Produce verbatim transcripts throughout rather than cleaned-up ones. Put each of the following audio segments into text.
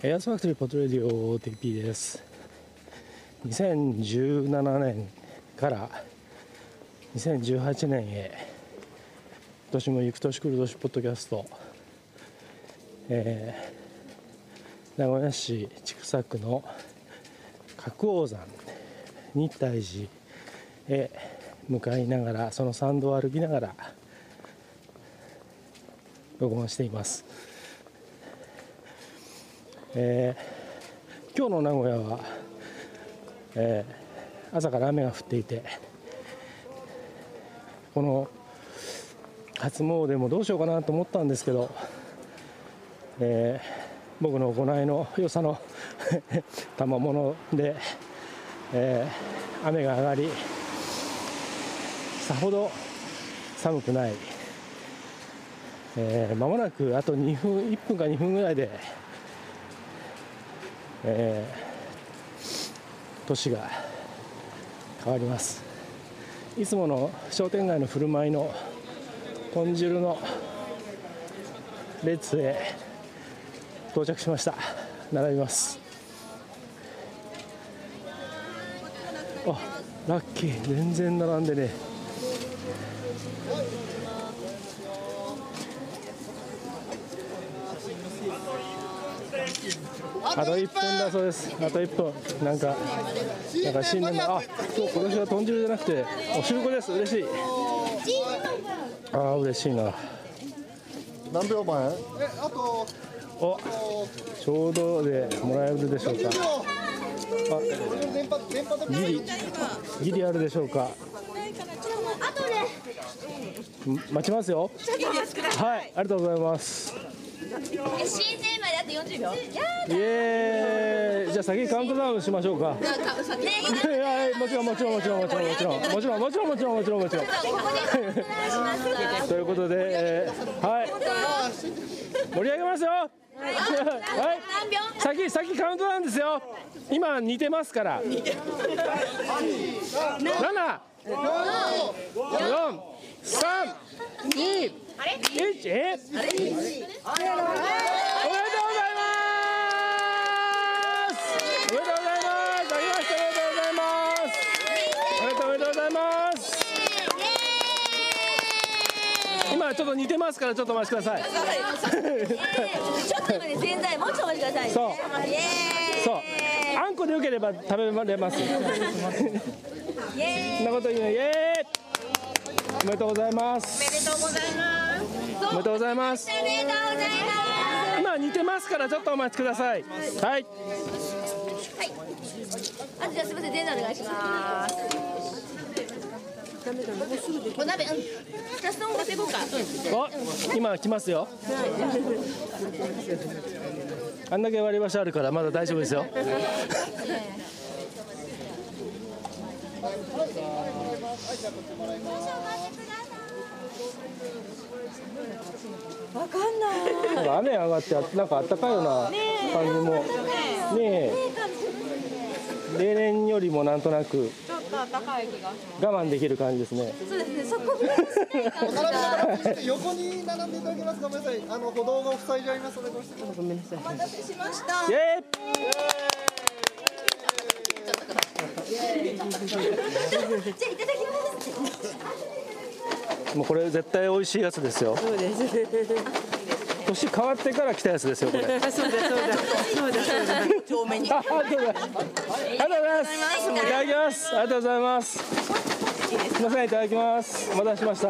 エアスファクトリーポッドレディオ ティーピー です。にせんじゅうななねんからにせんじゅうはちねんへ、今年も行く年来る年ポッドキャスト、えー、名古屋市千種区の角王山日泰寺へ向かいながら、その参道を歩きながら録音しています。えー、今日の名古屋は、えー、朝から雨が降っていて、この初詣もどうしようかなと思ったんですけど、えー、僕の行いの良さの賜物で、えー、雨が上がり、さほど寒くない、えー、間もなくあとにふんいっぷんかにふんぐらいで、えー、年が変わります。いつもの商店街の振る舞いの豚汁の列へ到着しました。並びます。あ、ラッキー、全然並んでね。あといっぷんだそうです。あといっぷん。なんか、なんか新年の、あ、今日今年は豚汁じゃなくてお汁粉です。嬉しい。ああ、嬉しいな。 何秒前？え、あと。 お、ちょうどでもらえるでしょうか。あ、ギリギリあるでしょうか。待ちますよ。はい、ありがとうございます。 新年まであとよんじゅうびょう。 イエーイ。じゃあ先にカウントダウンしましょうか。はい、もちろんもちろんもちろんもちろんもちろんもちろんもちろんもちろんもちろんもちろん。ということで、えー、はい、盛り上げますよ。はい、先先カウントダウンですよ。今似てますから。なな、よん、さん、に、いち、え？おめでとうございます。おめでとうございます。ありました。おめでとうございます。おめでとうおめでとうございます。今ちょっと似てますから、ちょっとお待ちください。 ちょっと今ね、ぜんざいもうちょっとお待ちくださいね。 そうそう、あんこでよければ食べられます。そんなこと言うの、イエーイ。おめでとうございます。 おめでとうございます。 おめでとうございます。 おめでとうございます。 今似てますから、ちょっとお待ちください。はい。 はい。あとじゃあすみません、ぜんざいお願いします。お鍋、うん。じゃあストーン持っていこうか。 お、今来ますよ。あんだけ割り箸あるからまだ大丈夫ですよ。 わかんない。 なんか雨上がって、なんか暖かいような感じもねえ、例年よりもなんとなくちょっと暖かい気がします。 我慢できる感じですね。 そうですね、そこぐらいしない感じ。 横に並んでいただけますか。ごめんなさい。あの歩道が塞いじゃいますのでどうしても。ごめんなさい。 お待たせしました。 イエーイ。 じゃあいただきます。 もうこれ絶対美味しいやつですよ。 そうです。 年変わってから来たやつですよ、これ。 そうだそうだそうだそうだ。 多めに。 あ、ありがとうございます。ありがとうございます。いただきます。ありがとうございます。すみません、いただきます。お待たせしました。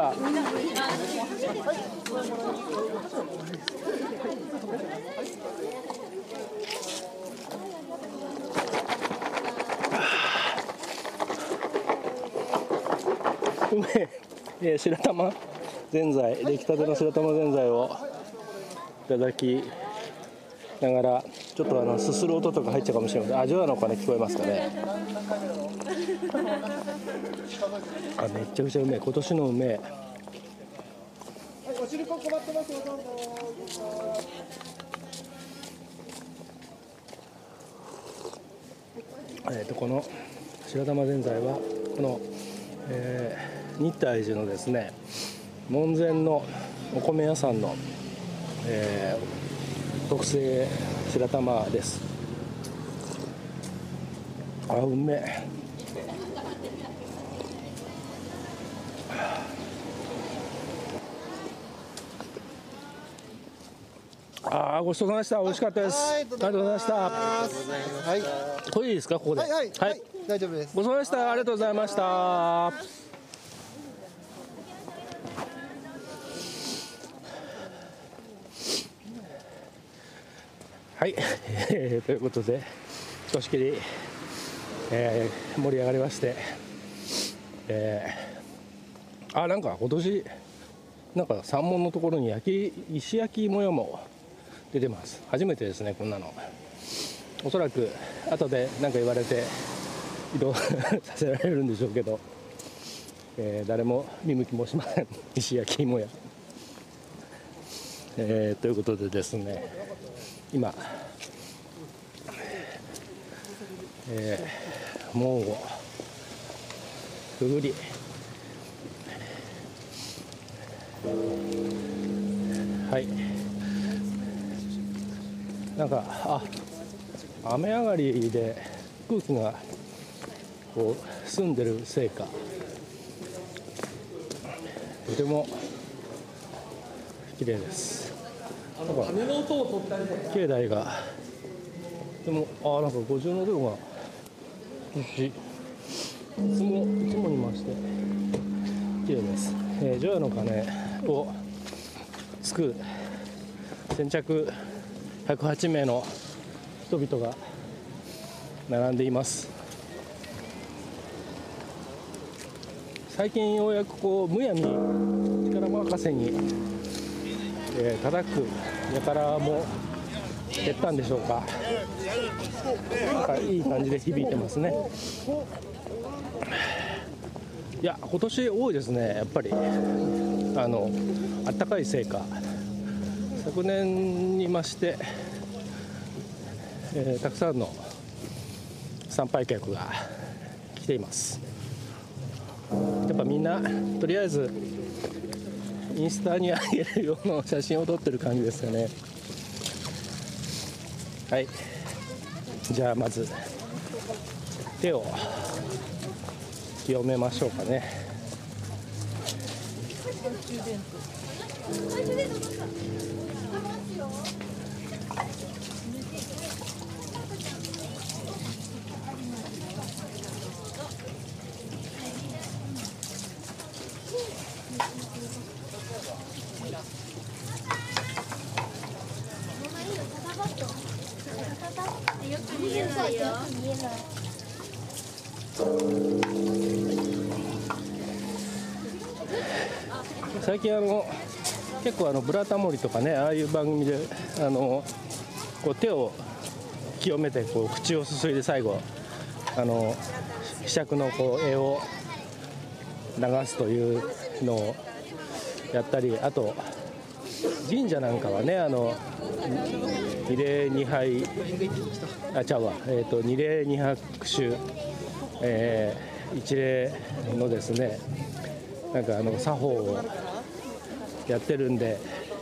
うめえ。えー、白玉ぜんざい、出来たての白玉ぜんざいをいただきながら、ちょっとあのすする音とか入っちゃうかもしれません。味わうのかね、聞こえますかね。あ、めっちゃくちゃうめえ。今年のうめえ。 お汁粉困ってますよ。どうぞ。 えーとこの白玉ぜんざいはこの、えー、日泰寺のですね、門前のお米屋さんの、えー、特製白玉です。あ、うめえ。ああ、ごちそうさまでした。美味しかったです。ありがとうございました。 はい。 これいいですか、ここで。 はいはい、はい、大丈夫です。 ごちそうさまでした。ありがとうございました。はい、えー、ということでひとしきり、えー、盛り上がりまして、えー、あ、なんか今年なんか山門のところに焼き石焼き模様も出てます。初めてですね、こんなの。おそらく後で何か言われて移動させられるんでしょうけど、えー、誰も見向きもしません。石焼き芋屋、えー、ということでですね、今、えー、門をくぐり、はい、なんか、あ、雨上がりで空気がこう澄んでるせいか、とても綺麗です。なんか境内がでも、あ、なんか五重の塔がいつもいつもにまして綺麗です。えー、除夜の鐘をつく先着ひゃくはちめいの人々が並んでいます。最近ようやくこうむやみ力任せに、えー、叩く輩も減ったんでしょうか。なんかいい感じで響いてますね。いや、今年多いですね、やっぱり。あの暖かいせいか、昨年に増して、えー、たくさんの参拝客が来ています。やっぱみんなとりあえずインスタに上げるような写真を撮ってる感じですよね。はい、じゃあまず手を清めましょうかね。最近あの結構あのブラタモリとかね、ああいう番組であのこう手を清めてこう口をすすいで最後あのひしゃくのこう絵を流すというのをやったり、あと神社なんかはね、あの二礼二拝あちゃうわ、えーと二礼二拍手、えー、一礼のですね、なんかあの作法をやってるんで、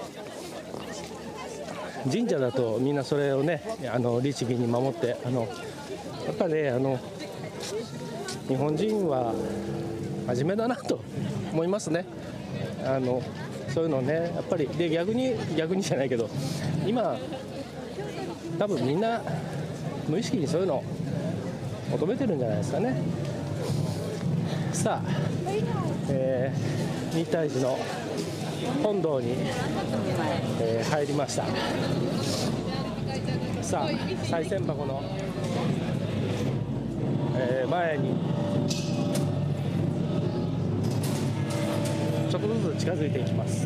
神社だとみんなそれをね、あの律儀に守って、あのやっぱね、あの日本人は真面目だなと思いますね。あのそういうのね、やっぱりで逆に逆にじゃないけど、今多分みんな無意識にそういうのを求めてるんじゃないですかね。さあ、えー、日体寺の本堂に、えー、入りました。さあ、賽銭箱の、えー、前にちょっとずつ近づいていきます。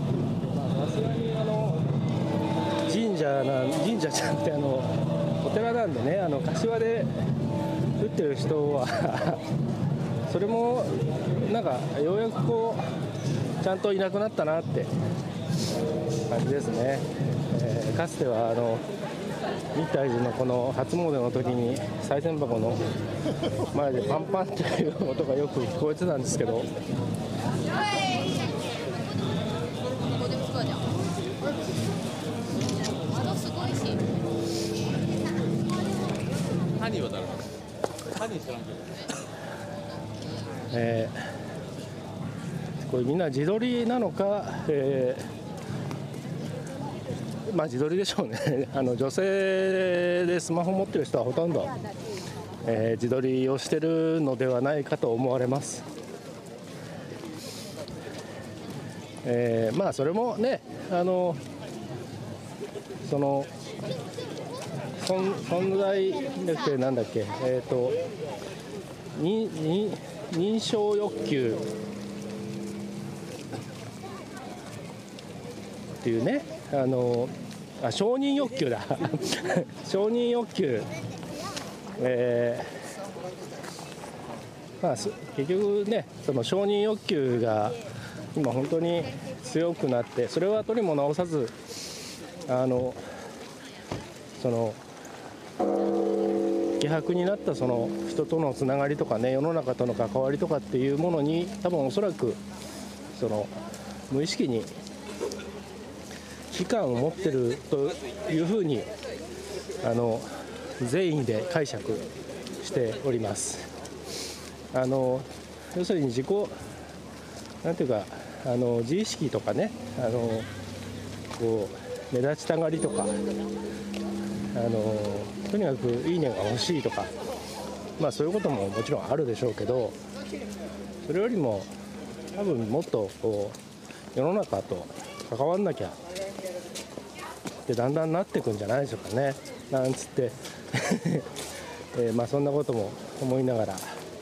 神社じゃなくてあのお寺なんでね、あの柏で打ってる人はそれもなんかようやくこうちゃんといなくなったなって感じですね。えー、かつてはあの密体寺のこの初詣の時に賽銭箱の前でパンパンっていう音がよく聞こえてたんですけど、えー、これみんな自撮りなのか、えー、まあ自撮りでしょうねあの女性でスマホ持ってる人はほとんど、えー、自撮りをしてるのではないかと思われます。えー、まあそれもね、あのその存存在だっけなんだっけ、えっとにに認証欲求っていうね、あのあ承認欲求だ承認欲求、えーまあ、結局ね、その承認欲求が今本当に強くなって、それは取りも直さず、あのその希薄になったその人とのつながりとかね、世の中との関わりとかっていうものに、多分おそらくその無意識に危機感を持ってるというふうにあの善意で解釈しております。あの要するに自己なんていうか、あの自意識とかね、あのこう目立ちたがりとか、あのとにかくいいねが欲しいとか、まあそういうことももちろんあるでしょうけど、それよりも多分もっとこう世の中と関わんなきゃってだんだんなっていくんじゃないでしょうかね、なんつって、えー、まあそんなことも思いながら、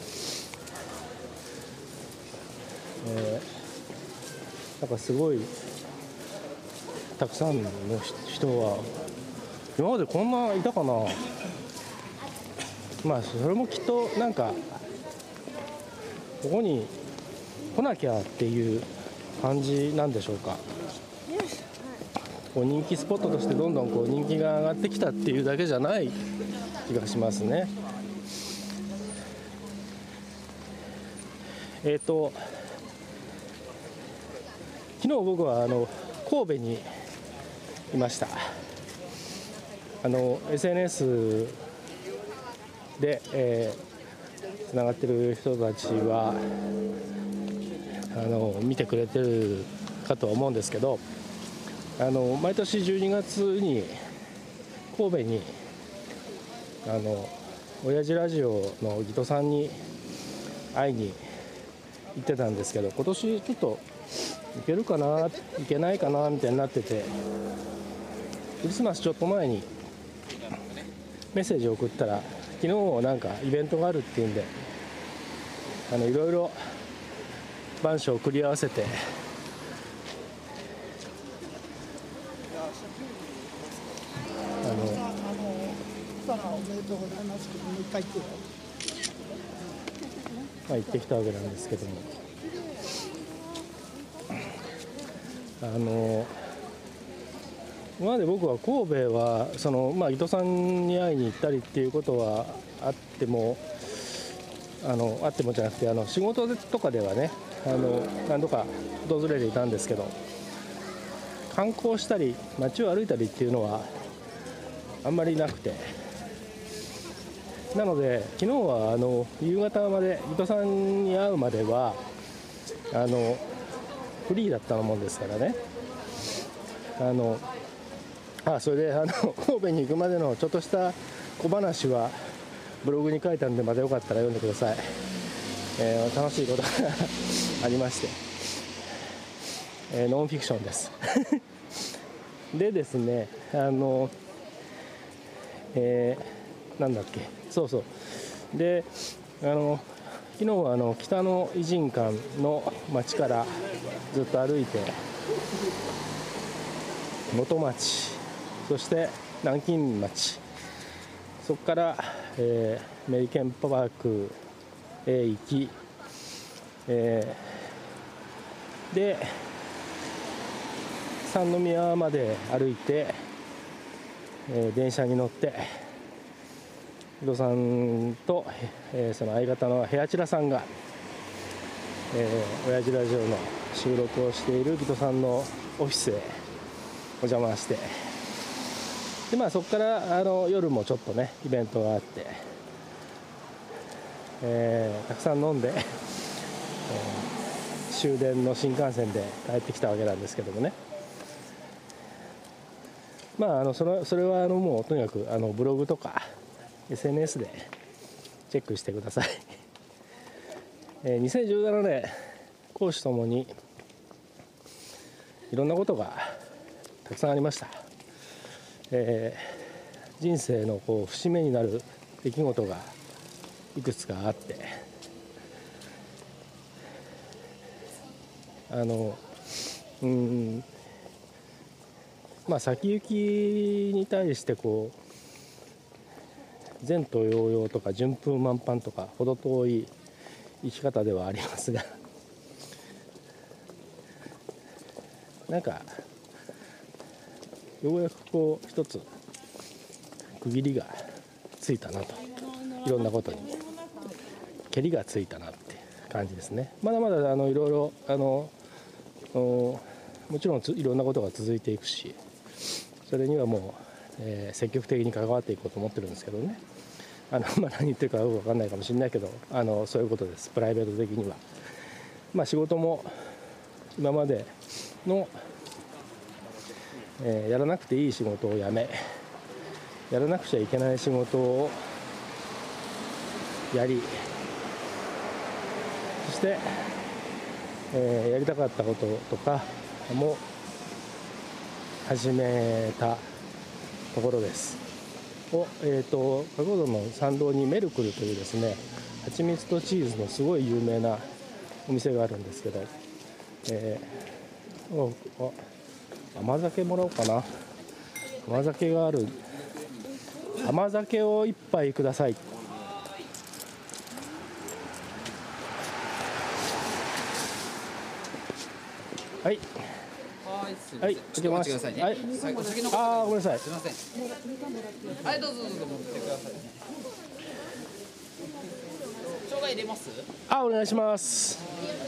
えー、なんかすごいたくさんの人は今までこんないたかな。まあそれもきっとなんかここに来なきゃっていう感じなんでしょうか。こう人気スポットとしてどんどんこう人気が上がってきたっていうだけじゃない気がしますね。えっと昨日僕はあの神戸にいました。あの エスエヌエス で、えー、つながってる人たちはあの見てくれてるかとは思うんですけど、あの毎年じゅうにがつに神戸にあの親父ラジオのギトさんに会いに行ってたんですけど、今年ちょっと行けるかな行けないかなみたいになってて、クリスマスちょっと前にメッセージを送ったら、昨日なんかイベントがあるっていうんで、あのいろいろ番書を繰り合わせて、あのまあ行ってきたわけなんですけども、あの今まで僕は神戸はその、まあ、伊藤さんに会いに行ったりっていうことはあってもあのあってもじゃなくて、あの仕事とかではね、あの何度か訪れていたんですけど、観光したり街を歩いたりっていうのはあんまりなくて、なので昨日はあの夕方まで伊藤さんに会うまではあのフリーだったもんですからね、あのあそれであの神戸に行くまでのちょっとした小話はブログに書いたんで、またよかったら読んでください。えー、楽しいことがありまして、えー、ノンフィクションですでですね、あの、えー、なんだっけ、そうそうで、あの昨日はあの北の異人館の町からずっと歩いて元町、そして南京町、 そこから、えー、メリケンパークへ行き、えー、で三宮まで歩いて、えー、電車に乗って木戸さんと、えー、その相方のヘアチラさんが、えー、親父ラジオの収録をしている木戸さんのオフィスへお邪魔して、で、まあ、そこからあの夜もちょっとねイベントがあって、えー、たくさん飲んで、えー、終電の新幹線で帰ってきたわけなんですけどもね、まあ、あのそれ、それはあのもうとにかくあのブログとか エスエヌエス でチェックしてください。えー、にせんじゅうななねん公私ともにいろんなことがたくさんありました。えー、人生のこう節目になる出来事がいくつかあって、あのうんまあ先行きに対してこう前途洋々とか順風満帆とか程遠い生き方ではありますが、なんかようやくこう一つ区切りがついたなと、いろんなことにけりがついたなって感じですね。まだまだあのいろいろあのもちろんいろんなことが続いていくし、それにはもう、えー、積極的に関わっていこうと思ってるんですけどね。あの、まあ、何言ってるかよく分かんないかもしれないけど、あのそういうことです。プライベート的には、まあ、仕事も今までのえー、やらなくていい仕事をやめ、やらなくちゃいけない仕事をやり、そして、えー、やりたかったこととかも始めたところです。を、えーと、加古道の参道にメルクルというですね、蜂蜜とチーズのすごい有名なお店があるんですけど、えー、おお甘酒もらおうかな。甘酒がある。甘酒を一杯ください。はい。はい、開けます。はい。ああ、ごめんなさい。すみません。はい、どうぞどうぞ持ってください。生姜入れます？あ、お願いします。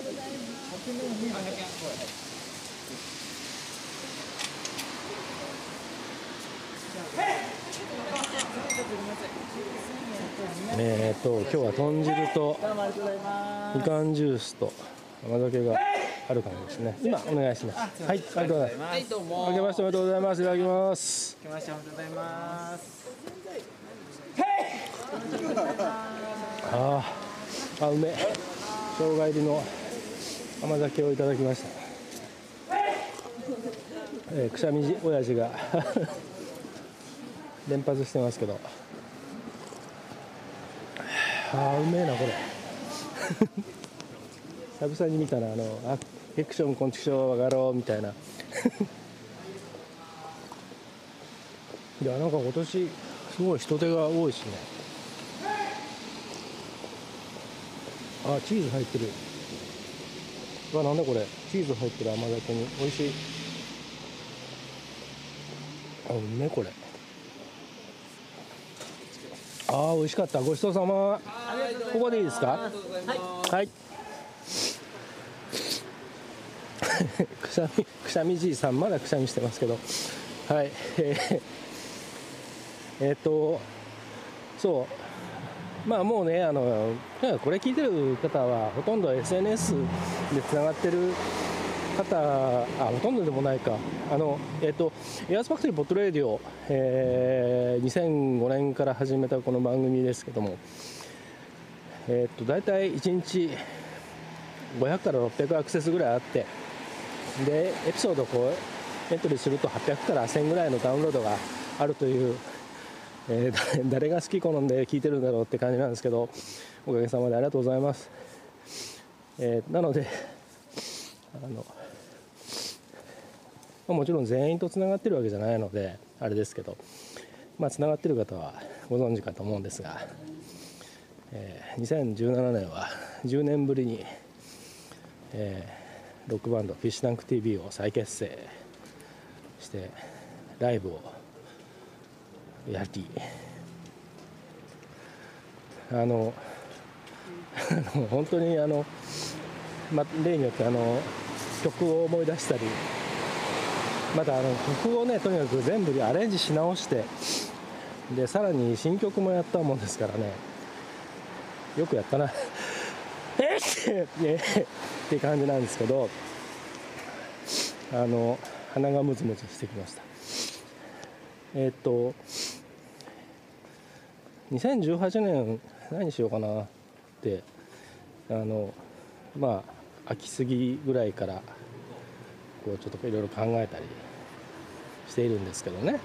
えーと今日は豚汁とみかんジュースと甘酒がある感じですね。今お願いします。はい、ありがとうございます。はい、どうも。明けましておめでとうございます。いただきます。明けましておめでとうございます。あーあ、うめ。生姜入りの甘酒をいただきました。えー、くしゃみじ親父が連発してますけど、あーうめえなこれ久々に見たな、あのあフィクションコンチクションわかろうみたいな。いや、なんか今年すごい人手が多いしね。あ、チーズ入ってる。うわ、なんだこれ、チーズ入ってる甘酒に美味しい。あ、うめえこれ。あー美味しかった。ごちそうさま。ここでいいですか？はいはいくしゃみくしゃみじいさんまだくしゃみしてますけど、はい、えー、えー、っとそうまあもうね、あのこれ聞いてる方はほとんど エスエヌエス でつながってる方、あほとんどでもないか、あのえっ、ー、とエアーズファクトリーポッドレディオ、えー、にせんごねんから始めたこの番組ですけども、えっ、ー、と大体いちにちごひゃくからろっぴゃくアクセスぐらいあって、でエピソードをこうエントリーするとはっぴゃくからせんぐらいのダウンロードがあるという、えー、誰が好き好んで聞いてるんだろうって感じなんですけど、おかげさまでありがとうございます。えー、なのであのもちろん全員とつながってるわけじゃないのであれですけど、まあつながってる方はご存知かと思うんですが、えー、にせんじゅうななねんはじゅうねんぶりに、えー、ロックバンドフィッシュタンク ティービー を再結成してライブをやり、あの本当にあの、ま、例によってあの曲を思い出したり、またあの曲をねとにかく全部アレンジし直して、でさらに新曲もやったもんですからね、よくやったなえっって感じなんですけど、あの鼻がムズムズしてきました。えー、っとにせんじゅうはちねん何しようかなって、あのまあ秋過ぎぐらいからこうちょっといろいろ考えたりしているんですけどね。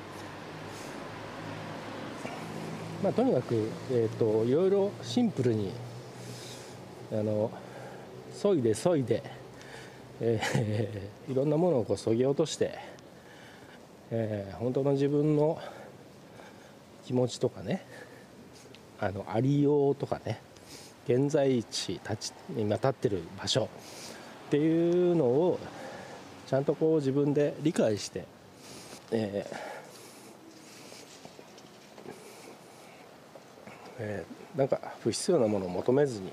まあとにかく、えー、っといろいろシンプルにあの削いで削いで、えー、いろんなものをこう削ぎ落として、えー、本当の自分の気持ちとかね、あのありようとかね、現在地立ち今立ってる場所っていうのをちゃんとこう自分で理解して、えーえー、なんか不必要なものを求めずに、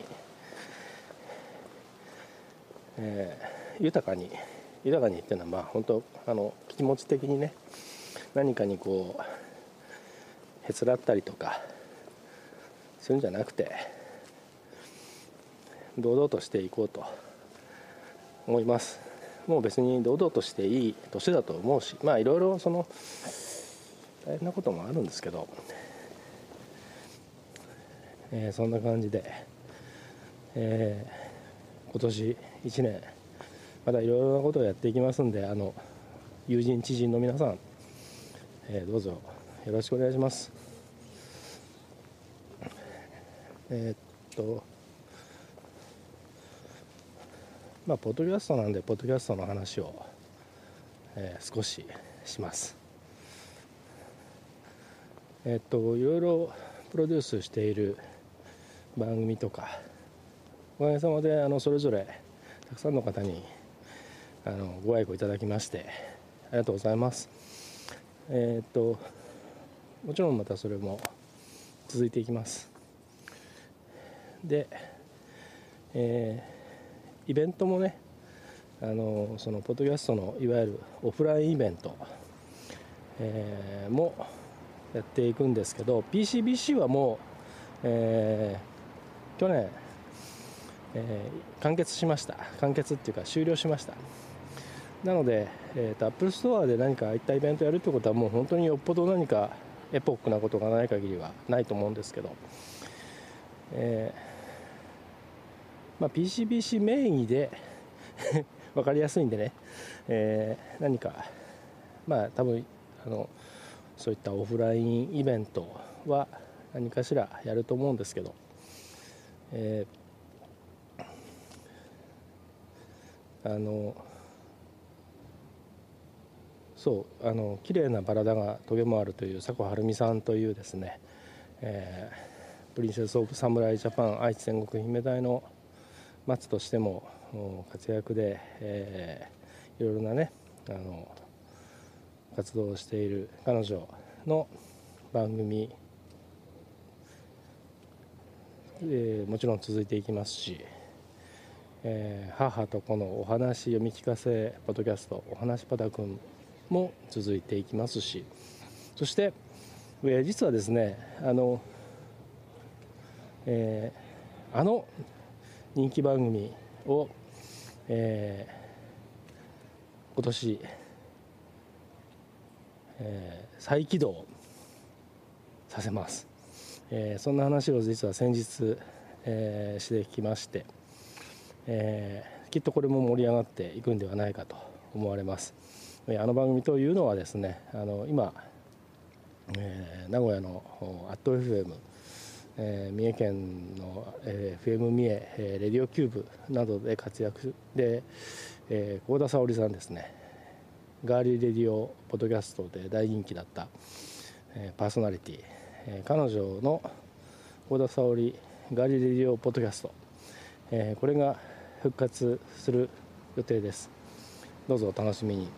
えー、豊かに豊かにっていうのはまあ本当あの気持ち的にね、何かにこうへつらったりとかするんじゃなくて、堂々としていこうと思います。もう別に堂々としていい年だと思うし、まあいろいろその大変なこともあるんですけど、えー、そんな感じで、えー、今年いちねんまたいろいろなことをやっていきますんで、あの友人知人の皆さん、えー、どうぞよろしくお願いします。えー、っとまあポッドキャストなんでポッドキャストの話を、えー、少しします。えー、っといろいろプロデュースしている番組とか、おかげさまであのそれぞれたくさんの方にあのご愛顧いただきましてありがとうございます。えー、っともちろんまたそれも続いていきます。で、えー、イベントもね、あのそのポッドキャストのいわゆるオフラインイベント、えー、もやっていくんですけど、 ピーシービーシー はもう、えー、去年、えー、完結しました。完結っていうか終了しました。なので、えーと、Apple Store で何かああいったイベントやるってことはもう本当によっぽど何かエポックなことがない限りはないと思うんですけど、えーまあ、ピーシービーシー 名義で分かりやすいんでね、えー、何かまあ多分あのそういったオフラインイベントは何かしらやると思うんですけど、えー、あのそうあの綺麗なバラだがトゲもあるという佐古晴美さんというですね、えー、プリンセス・オブ・サムライ・ジャパン愛知戦国姫隊の松としても活躍で、えー、いろいろなねあの活動をしている彼女の番組、えー、もちろん続いていきますし、えー、母と子のお話読み聞かせポッドキャストお話パタくんも続いていきますし、そして、えー、実はですねあの、えー、あの人気番組を、えー、今年、えー、再起動させます。えー、そんな話を実は先日、えー、してきまして、えー、きっとこれも盛り上がっていくんではないかと思われます。えー、あの番組というのはですね、あの今、えー、名古屋のアット エフエム、えー、三重県の、えー、エフエム 三重、えー、レディオキューブなどで活躍で、えー、幸田沙織さんですね、ガーリーレディオポッドキャストで大人気だった、えー、パーソナリティ、 えー、彼女の幸田沙織ガリレディオポッドキャスト、えー、これが復活する予定です。どうぞお楽しみに。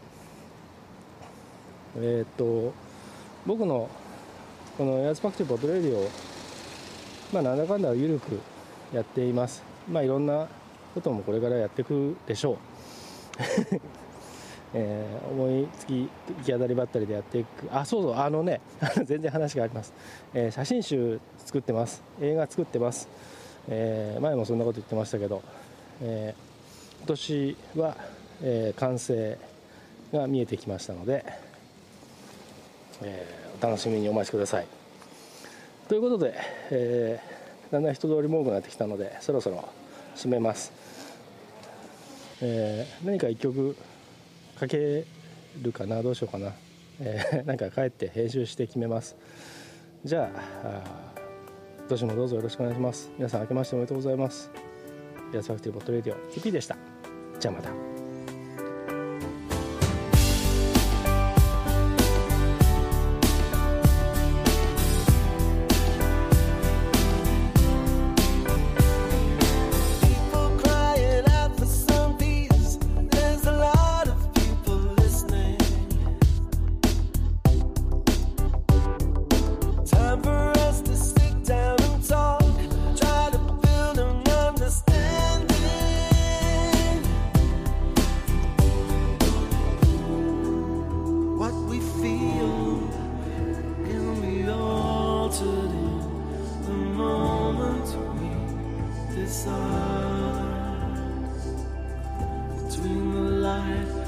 えー、っと僕のこのエアーズファクトリーポッドレディオ、まあなんだかんだ緩くやっています。まあいろんなこともこれからやっていくでしょう、えー、思いつき行き当たりばったりでやっていく。あ、そうそう、あのね全然話があります、えー、写真集作ってます。映画作ってます、えー、前もそんなこと言ってましたけど、えー、今年は、えー、完成が見えてきましたので、えー、お楽しみにお待ちください。ということで、えー、だんだん人通りも多くなってきたのでそろそろ締めます。えー、何か一曲かけるかな、どうしようかな、えー、なんか帰って編集して決めます。じゃあ、今年もどうぞよろしくお願いします。皆さん明けましておめでとうございます。エアーズファクトリーポッドレディオ ティーピー でした。じゃあまた。 Between the light